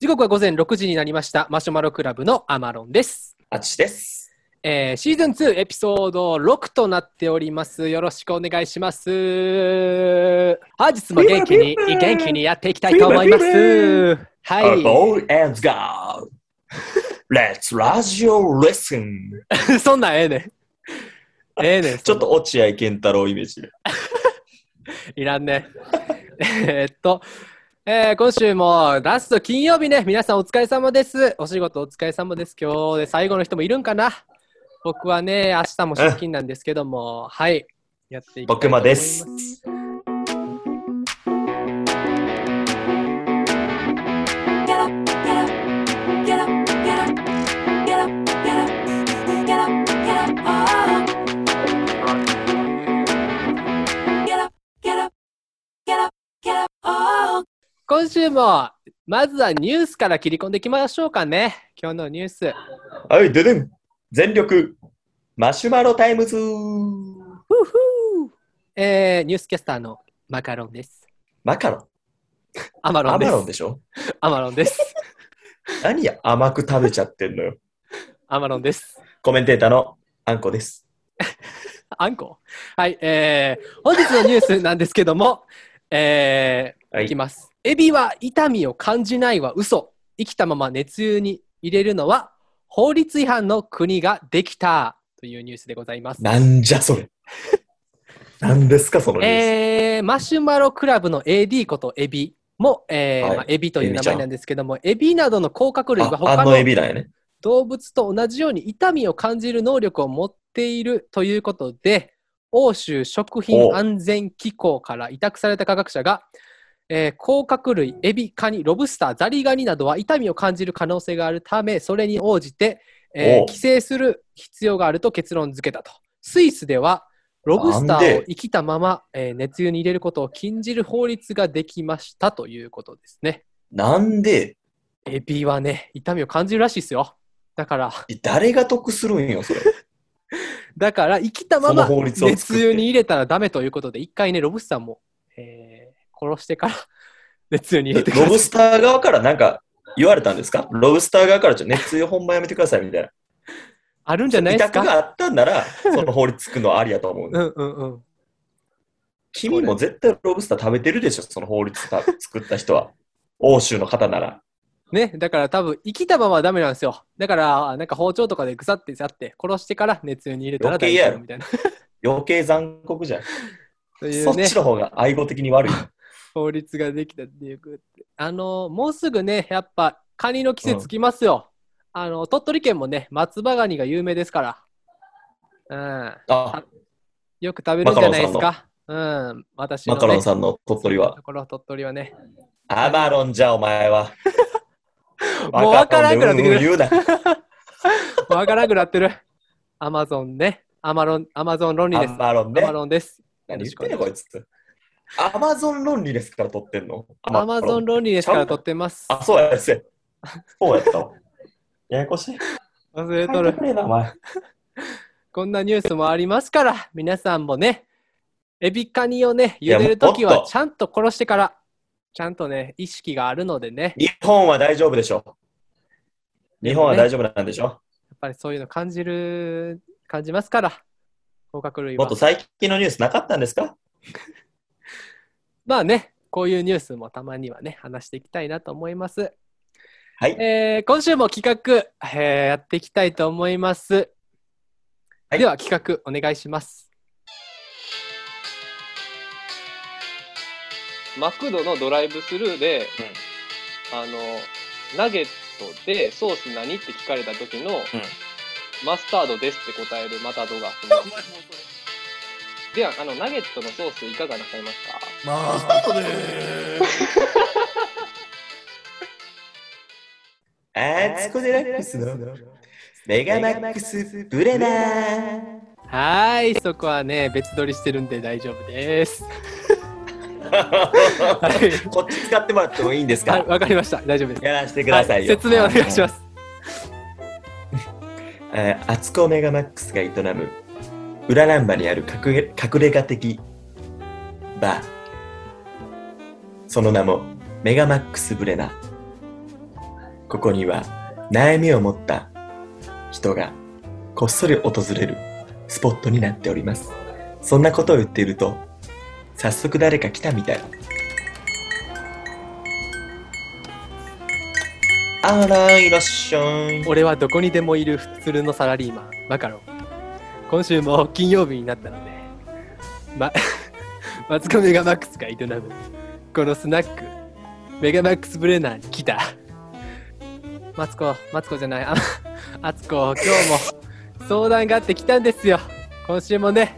時刻は午前6時になりました。マシュマロクラブのアマロンです。 あちです。 シーズン2エピソード6となっております。よろしくお願いします。本日も元気にやっていきたいと思います。はい。 Boy and girl, let's radio listen. そんなんええねん。 ちょっと落合健太郎イメージで。 いらんね。今週もラスト金曜日ね、皆さんお疲れ様です。お仕事お疲れ様です。今日で最後の人もいるんかな。僕はね、明日も出勤なんですけども、はい、やっていきたいと思います。僕もです。今週もまずはニュースから切り込んでいきましょうかね。今日のニュース。 はい、ででん。全力マシュマロタイムズ。ニュースキャスターのマカロンです。 マカロン。 アマロンです。 アマロンでしょ。 アマロンです。 何や甘く食べちゃってんのよ。 アマロンです。 コメンテーターのあんこです。 あんこ。はい、本日のニュースなんですけども、いきます。エビは痛みを感じないは嘘。生きたまま熱湯に入れるのは法律違反の国ができたというニュースでございます。 なんじゃそれ。何ですかそのニュース。マシュマロクラブの AD ことエビも、エビという名前なんですけども、エビなどの甲殻類は他の動物と同じように痛みを感じる能力を持っているということで、欧州食品安全機構から委託された科学者が、甲殻類、エビ、カニ、ロブスター、ザリガニなどは痛みを感じる可能性があるため、それに応じて、規制する必要があると結論付けたと。スイスではロブスターを生きたまま、熱湯に入れることを禁じる法律ができましたということですね。 なんで？ エビはね、痛みを感じるらしいですよ。だから誰が得するんよそれ。 だから生きたまま熱湯に入れたらダメということで、一回ねロブスターも、殺してから熱湯に入れてください。 ロブスター側からなんか言われたんですか？ロブスター側から熱湯ほんまやめてくださいみたいな。 あるんじゃないですか？ 委託があったんならその法律つくのはありやと思う、ね。君も絶対ロブスター食べてるでしょ、その法律作った人は。欧州の方なら。 ね、だから多分生きたままはダメなんですよ。だからなんか包丁とかでぐさってやって殺してから熱湯に入れたら大丈夫みたいな。 余計残酷じゃん。 というね、 そっちの方が愛護的に悪い。 法律ができたっていうことで。もうすぐね、やっぱカニの季節来ますよ。鳥取県もね、松葉ガニが有名ですから。よく食べるんじゃないですか。私の、ね、 マカロンさんの鳥取は。 鳥取はね。 アマロンじゃお前は。 もう分からんくなってくる。分からんくなってる。アマゾンね。アマゾン論理です。 アマロンね。 アマロンです。 何言ってんのこいつ。アマゾン論理ですから撮ってんの？ アマゾン論理ですから撮ってます。 あ、そうやです。そうやったわ。ややこしい。 忘れとる。こんなニュースもありますから、皆さんもね、エビカニをね、茹でるときはちゃんと殺してから、ちゃんとね、意識があるのでね。 日本は大丈夫でしょ。日本は大丈夫なんでしょ。やっぱりそういうの感じますから、甲殻類は。 もっと最近のニュースなかったんですか？ まあね、こういうニュースもたまにはね、話していきたいなと思います。 はい。 今週も企画、やっていきたいと思います。はい、では企画お願いします。マクドのドライブスルーで、ナゲットでソース何って聞かれた時の、マスタードですって答えるマタドがあります。ではナゲットのソースいかがなさいますか？ マスタードでーす。アツコデラックスのメガマックスブレナー。 はい、そこはね別撮りしてるんで大丈夫です。 こっち使ってもらってもいいんですか？ わかりました、大丈夫です。 やらせてくださいよ。 説明お願いします。 アツコメガマックスが営む裏難波にある隠れ家的バー、その名もメガマックスブレナー。 ここには悩みを持った人がこっそり訪れるスポットになっております。そんなことを言っていると、早速誰か来たみたい。あら、いらっしゃい。 俺はどこにでもいる普通のサラリーマン、マカロン。今週も金曜日になったので、マツコメガマックスが営むこのスナック、メガマックスブレナーに来た。マツコじゃない、アツコ、今日も相談があって来たんですよ。今週もね。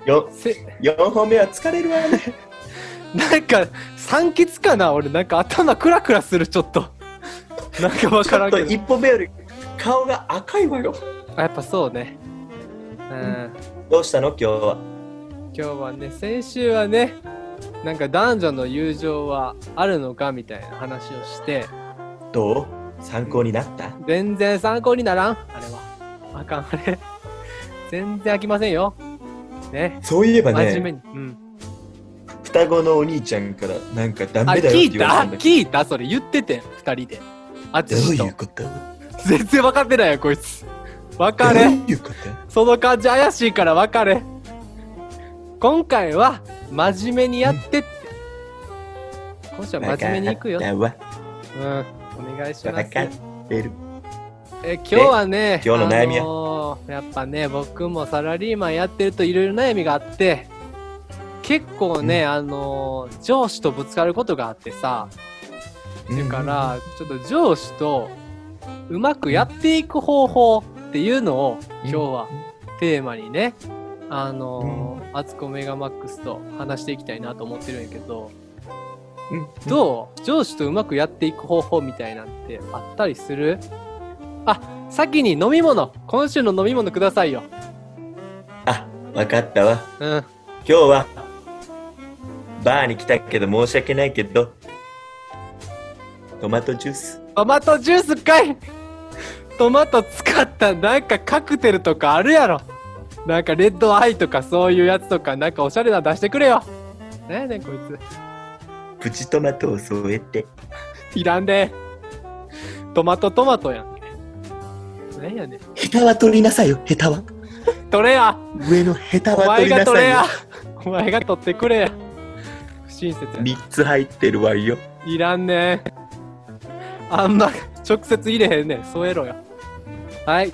4本目は疲れるわよね。 なんか、酸欠かな俺、なんか頭クラクラする、ちょっと。なんかわからんけど。 ちょっと1本目より顔が赤いわよ。 やっぱそうね。 どうしたの今日は。 今日はね、先週はね、なんか男女の友情はあるのかみたいな話をして。 どう？参考になった？ 全然参考にならん。あれは。あかん、あれ。全然飽きませんよ。ね。 そういえばね、 真面目に。 双子のお兄ちゃんからなんかダメだよって言われたんだけど。 聞いたそれ言ってて、2人で。 どういうこと？ 全然分かってないよ、こいつ。分かれ。 どういうこと？ その感じ怪しいから分かれ。今回は真面目にやってって。今週は真面目に行くよ。お願いします。 分かってる。 今日はね、 今日の悩みは、 やっぱね、僕もサラリーマンやってるといろいろ悩みがあって、結構ね、上司とぶつかることがあってさ、だからちょっと上司とうまくやっていく方法っていうのを今日はテーマにね、アツコメガマックスと話していきたいなと思ってるんやけど、どう？上司とうまくやっていく方法みたいなんてあったりする？あ、先に飲み物、今週の飲み物くださいよ。 あ、わかったわ。今日はバーに来たけど申し訳ないけど、トマトジュース。 トマトジュースかい。トマト使ったなんかカクテルとかあるやろ。なんかレッドアイとかそういうやつとかなんかおしゃれな出してくれよ。何やねんこいつ。 プチトマトを添えて。 いらんで。トマトやんけ。何やねん。 ヘタは取りなさいよ、ヘタは。 取れや。 上のヘタは取りなさいよ。 お前が取れや。お前が取ってくれや。不親切や。 3つ入ってるわよ。 いらんね。あんま直接入れへんねん。添えろよ。はい。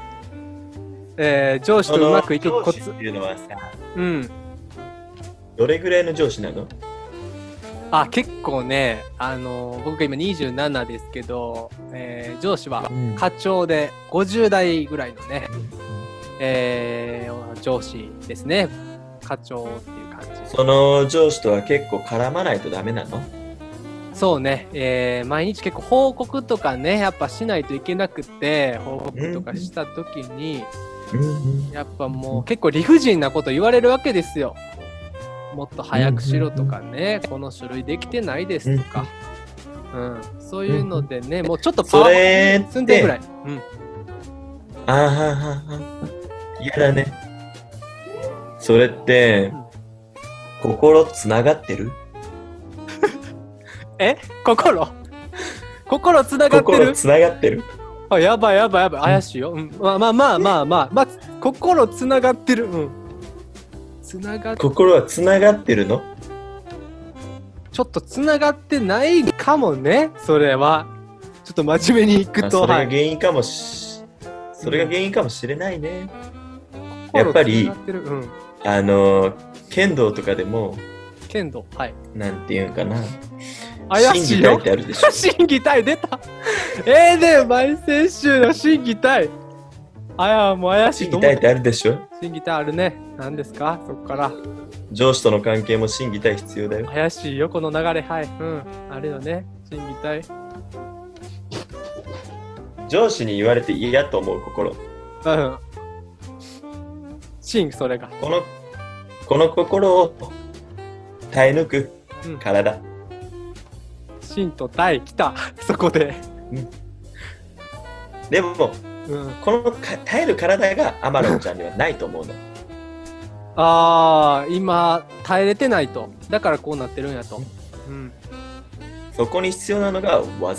上司とうまくいくコツ。 上司っていうのはさ、 どれぐらいの上司なの？ 結構ね、僕が今27ですけど、上司は課長で50代ぐらいのね、上司ですね。課長っていう感じ。 その上司とは結構絡まないとダメなの？ そうね、毎日結構報告とかね、やっぱしないといけなくて、報告とかした時に、やっぱもう結構理不尽なこと言われるわけですよ。もっと早くしろとかね、この書類できてないですとか、そういうのでね、もうちょっとパワー積んでぐらい。 嫌だね。それって、心つながってる？ 心つながってる？ 心つながってる。 あ、やばい怪しいよ。まあ心つながってる。 心はつながってるの？ ちょっとつながってないかもね、それは。ちょっと真面目にいくと。 それが原因かもしれないね。やっぱり、剣道とかでも、なんていうんかな。 怪しいよ。 心技体ってあるでしょ。 心技体出た。毎先週の心技体。もう怪しいと思う。 心技体ってあるでしょ。 心技体あるね。何ですかそこから。 上司との関係も心技体必要だよ。 怪しいよ、この流れ。あるよね。心技体。 上司に言われて嫌と思う心。 それが。 この心を耐え抜く体。 心と体来た。そこで。 でも、この耐える体がアマロンちゃんにはないと思うの。 今耐えれてないと。だからこうなってるんやと。 そこに必要なのが技。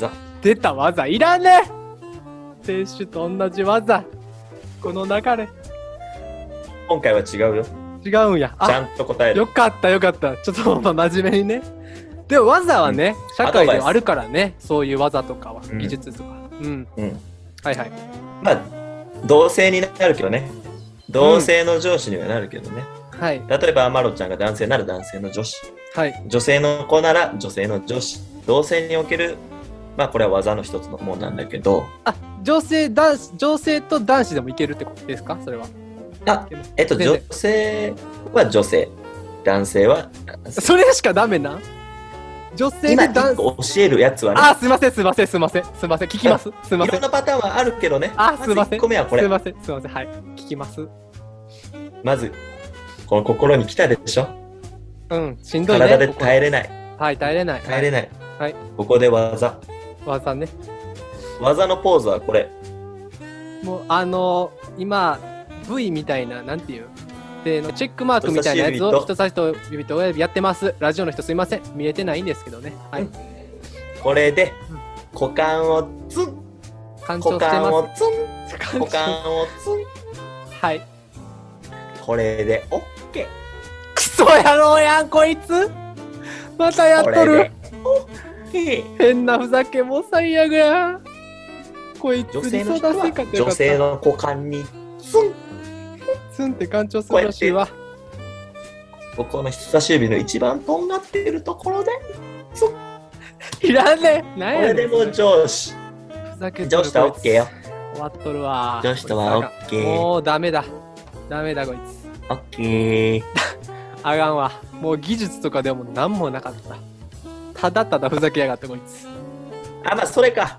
出た技いらねえ。選手と同じ技。この流れ。 今回は違うよ。 違うんや。 ちゃんと答える。 よかったよかった。ちょっと真面目にね。でも技はね、社会ではあるからね。そういう技とかは、技術とか。はいはい。 まあ同性になるけどね。同性の上司にはなるけどね。 はい。 例えばアマロちゃんが男性なら男性の女子。 はい。 女性の子なら女性の女子。同性におけるまあこれは技の一つのものなんだけど。 女性と男子でもいけるってことですか？それは。 女性は女性、男性は男性。 それしかダメな？女性で男性教えるやつはね。 すいません聞きます。すいません。 いろんなパターンはあるけどね。 すいません。 1個目はこれ。 すいませんはい聞きます。 まずこの心に来たでしょ。 しんどいね。 体で耐えれない。 はい、耐えれない。 はい。ここで技ね。 技のポーズはこれ。 もう今 V みたいな、なんていうでのチェックマークみたいなやつを人差し指と親指やってます。ラジオの人すいません、見えてないんですけどね。はい。 これで股間をツン、股間をツン、股間をツン。 はい。 これで OK。 クソ野郎やんこいつ。またやっとる。変なふざけも最悪や。こいつに育てか女性の股間にツンツンって干潮するらしいわ。 ここの人差し指の一番とんがっているところでツン。 いらんねん。何やねん。 これでも上司。 ふざけ上司とは OK よ。 終わっとるわ。 上司とは OK。 もうダメだこいつ。OK。 あかんわ。もう技術とかでも何もなかった。ただただふざけやがってこいつ。 まあそれか、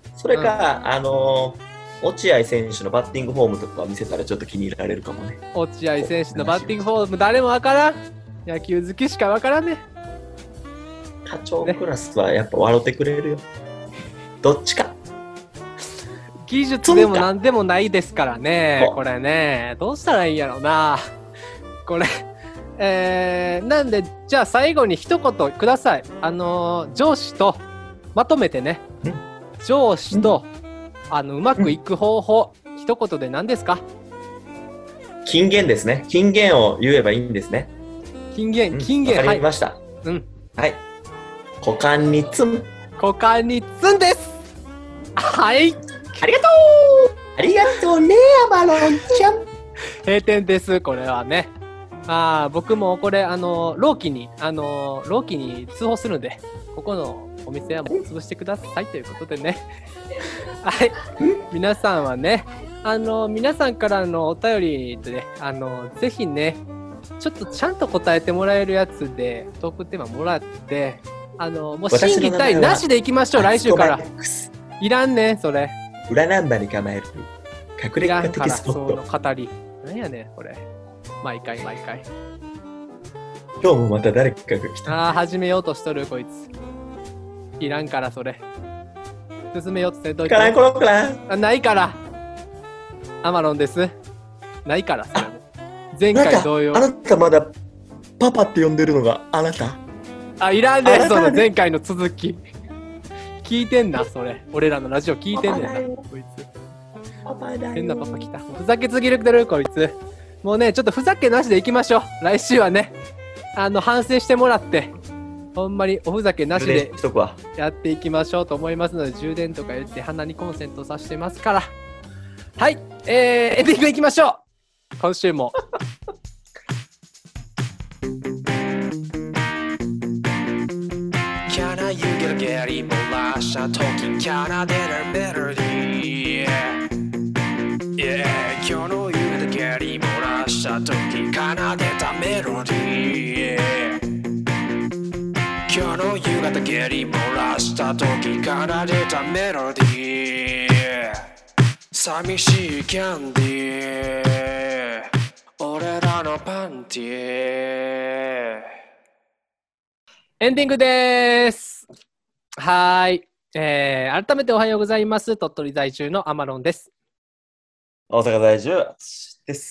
落合選手のバッティングフォームとか見せたらちょっと気に入られるかもね。 落合選手のバッティングフォーム誰もわからん。野球好きしかわからんね。 課長クラスはやっぱ笑ってくれるよ。どっちか。 技術でもなんでもないですからね。これね、どうしたらいいんやろうな。これ。なんでじゃあ最後に一言ください。上司とまとめてね。上司とうまくいく方法、一言で何ですか？ 金言ですね。金言を言えばいいんですね。 金言わかりました。はい。股間にツン。 股間にツンです。はい。 ありがとう。ありがとうね、アマロンちゃん。 閉店です。これはね。僕もこれ朗希に通報するんで、ここのお店はもう潰してくださいということでね。はい。皆さんはね、皆さんからのお便りで、ぜひね、ちょっとちゃんと答えてもらえるやつでトークテーマもらって、もう審議対なしでいきましょう。来週からいらんねそれ。 裏ナンバーに構える隠れ家的スポット。 その語り何やねんこれ。毎回今日もまた誰かが来た。 始めようとしとるこいつ。いらんからそれ。進めようとせんといて。 ないからアマロンです。ないからそれも前回同様。 あなたまだパパって呼んでるのがあなた。 いらんねんその前回の続き。聞いてんなそれ。俺らのラジオ聞いてんねんなこいつ。 パパだよ。 変なパパ来た。ふざけすぎるこいつ。もうね、ちょっとふざけなしでいきましょう。来週はね、反省してもらって、ほんまにおふざけなしでやっていきましょうと思いますので、充電とか言って鼻にコンセントさしてますから。はい、エンディングいきましょう。今週も。Can I you get a Gary Molasha talking Can I get a melody Yeah 今日の夕方ゲリ漏らした時奏でたメロディー今日の夕方ゲリ漏らした時奏でたメロディー寂しいキャンディー俺らのパンティーエンディングです。はい、改めておはようございます。鳥取在住のアマロンです。 大阪在住です。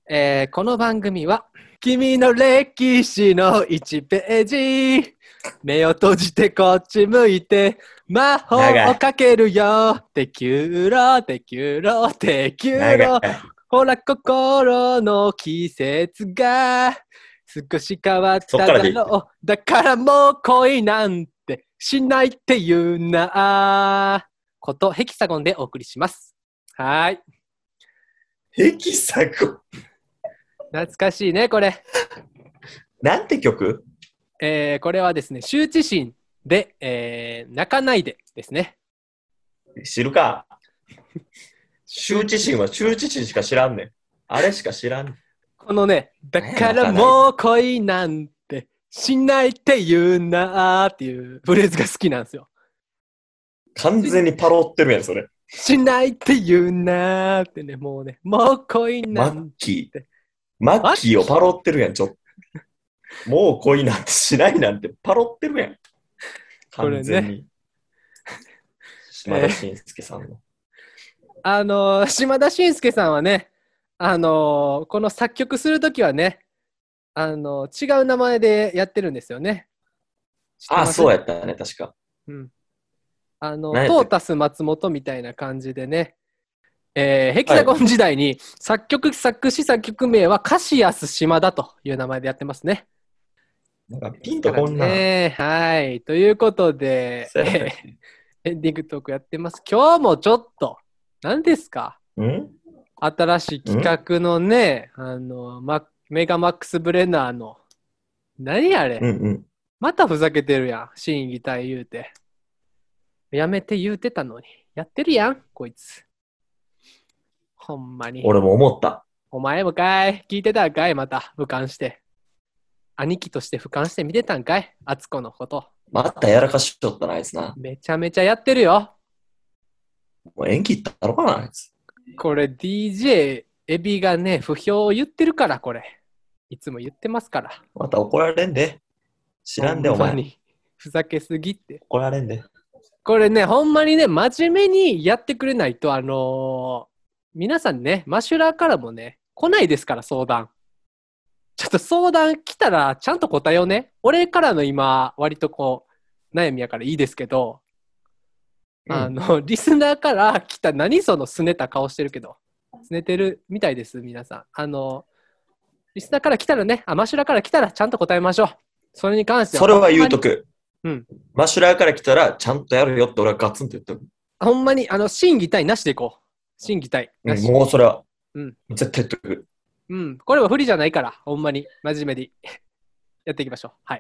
この番組は君の歴史の1ページ目を閉じてこっち向いて魔法をかけるよテキュロテキュロテキュロほら心の季節が少し変わっただろうだからもう恋なんてしないって言うなことヘキサゴンでお送りします。はい。 ヘキサゴン懐かしいねこれ。 なんて曲？ これはですね羞恥心で、泣かないでですね。 知るか。羞恥心は羞恥心しか知らんねん。あれしか知らん。 このねだからもう恋なんてしないって言うなーっていうフレーズが好きなんですよ。 完全にパロってるやんそれ。 しないって言うなーってねもうねもう恋なんてマッキーをパロってるやんちょっと。もう恋なんてしないなんてパロってるやん。完全に。島田紳介さんの。 島田紳介さんはね、この作曲するときはね、違う名前でやってるんですよね。 あ、そうやったね、確か。 うん。トータス松本みたいな感じでね、ヘキサゴン時代に作詞作曲名はカシアス島田という名前でやってますね。 なんかピンとこんな。 はい。ということで、エンディングトークやってます。今日もちょっと、何ですか？新しい企画のね、メガマックスブレナーの、何あれ、またふざけてるやん。審議体言うて。やめて言うてたのに。やってるやん、こいつ。ほんまに。 俺も思った。 お前もかい。聞いてたんかいまた、俯瞰して。兄貴として俯瞰して見てたんかいあつこのこと。 またやらかしとったな、あいつな。 めちゃめちゃやってるよ。 もう縁切ったのかな、あいつ。 これ DJ エビがね、不評を言ってるから、これ。いつも言ってますから。 また怒られんで。知らんで、お前。 ふざけすぎって。 怒られんで。 これね、ほんまにね、真面目にやってくれないと、皆さんね、マシュラーからもね、来ないですから、相談。ちょっと相談来たら、ちゃんと答えようね。俺からの今、割とこう、悩みやからいいですけど、リスナーから来た、何そのすねた顔してるけど、すねてるみたいです、皆さん。リスナーから来たらね、マシュラーから来たらちゃんと答えましょう。それに関しては。 それは言うとく。 うん。 マシュラーから来たら、ちゃんとやるよって俺はガツンと言っとく。 ほんまに、審議体なしでいこう。審議体なし。 もうそれは、絶対言っとく。 これは不利じゃないから、ほんまに、真面目にやっていきましょう。はい。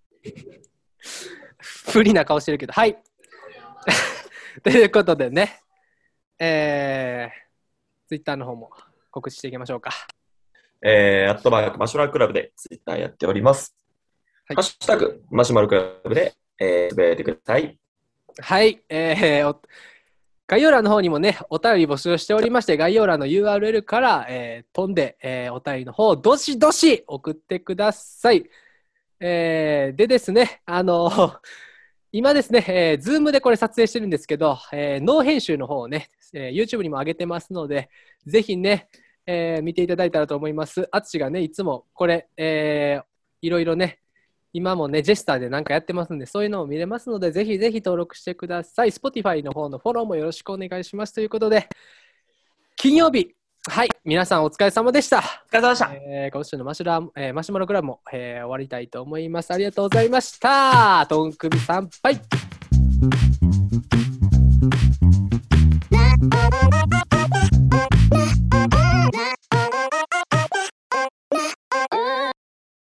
不利な顔してるけど、はい。ということでね、Twitter の方も告知していきましょうか。 マシュマロクラブで Twitter やっております。はい、ハッシュタグマシュマロクラブでつぶやいてください。 はい。概要欄の方にもね、お便り募集しておりまして、概要欄の URL から、飛んで、お便りの方、どしどし送ってください。でですね、今ですね、Zoom でこれ撮影してるんですけど、ノー編集の方をね、YouTube にも上げてますので、ぜひね、見ていただいたらと思います。あつしがね、いつもこれ、いろいろね、今もね、ジェスターでなんかやってますんで、そういうのも見れますので、ぜひぜひ登録してください。Spotify の方のフォローもよろしくお願いします。ということで、金曜日、はい、皆さんお疲れ様でした。 お疲れ様でした。 今週のマシュマロクラブも、終わりたいと思います。ありがとうございました。とんくみ参拝。